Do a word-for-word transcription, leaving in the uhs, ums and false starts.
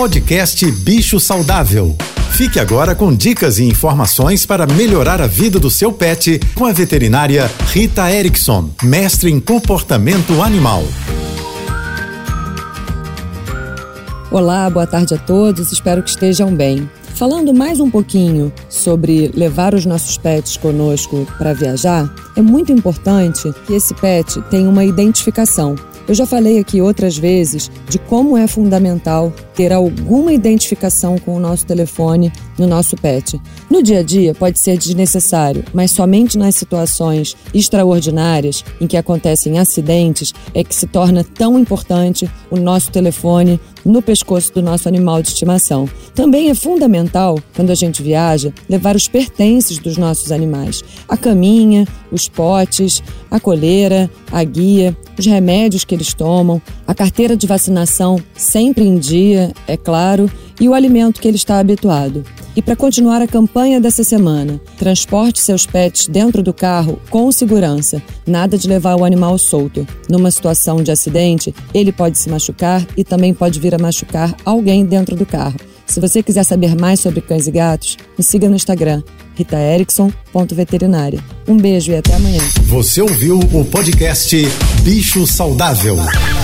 Podcast Bicho Saudável. Fique agora com dicas e informações para melhorar a vida do seu pet com a veterinária Rita Erickson, mestre em comportamento animal. Olá, boa tarde a todos, espero que estejam bem. Falando mais um pouquinho sobre levar os nossos pets conosco para viajar, é muito importante que esse pet tenha uma identificação. Eu já falei aqui outras vezes de como é fundamental ter alguma identificação com o nosso telefone no nosso pet. No dia a dia pode ser desnecessário, mas somente nas situações extraordinárias em que acontecem acidentes é que se torna tão importante o nosso telefone no pescoço do nosso animal de estimação. Também é fundamental, quando a gente viaja, levar os pertences dos nossos animais. A caminha, os potes, a coleira, a guia, os remédios que eles tomam, a carteira de vacinação sempre em dia, é claro, e o alimento que ele está habituado. E para continuar a campanha dessa semana, transporte seus pets dentro do carro com segurança. Nada de levar o animal solto. Numa situação de acidente, ele pode se machucar e também pode vir a machucar alguém dentro do carro. Se você quiser saber mais sobre cães e gatos, me siga no Instagram, rita erickson ponto veterinária. Um beijo e até amanhã. Você ouviu o podcast Bicho Saudável.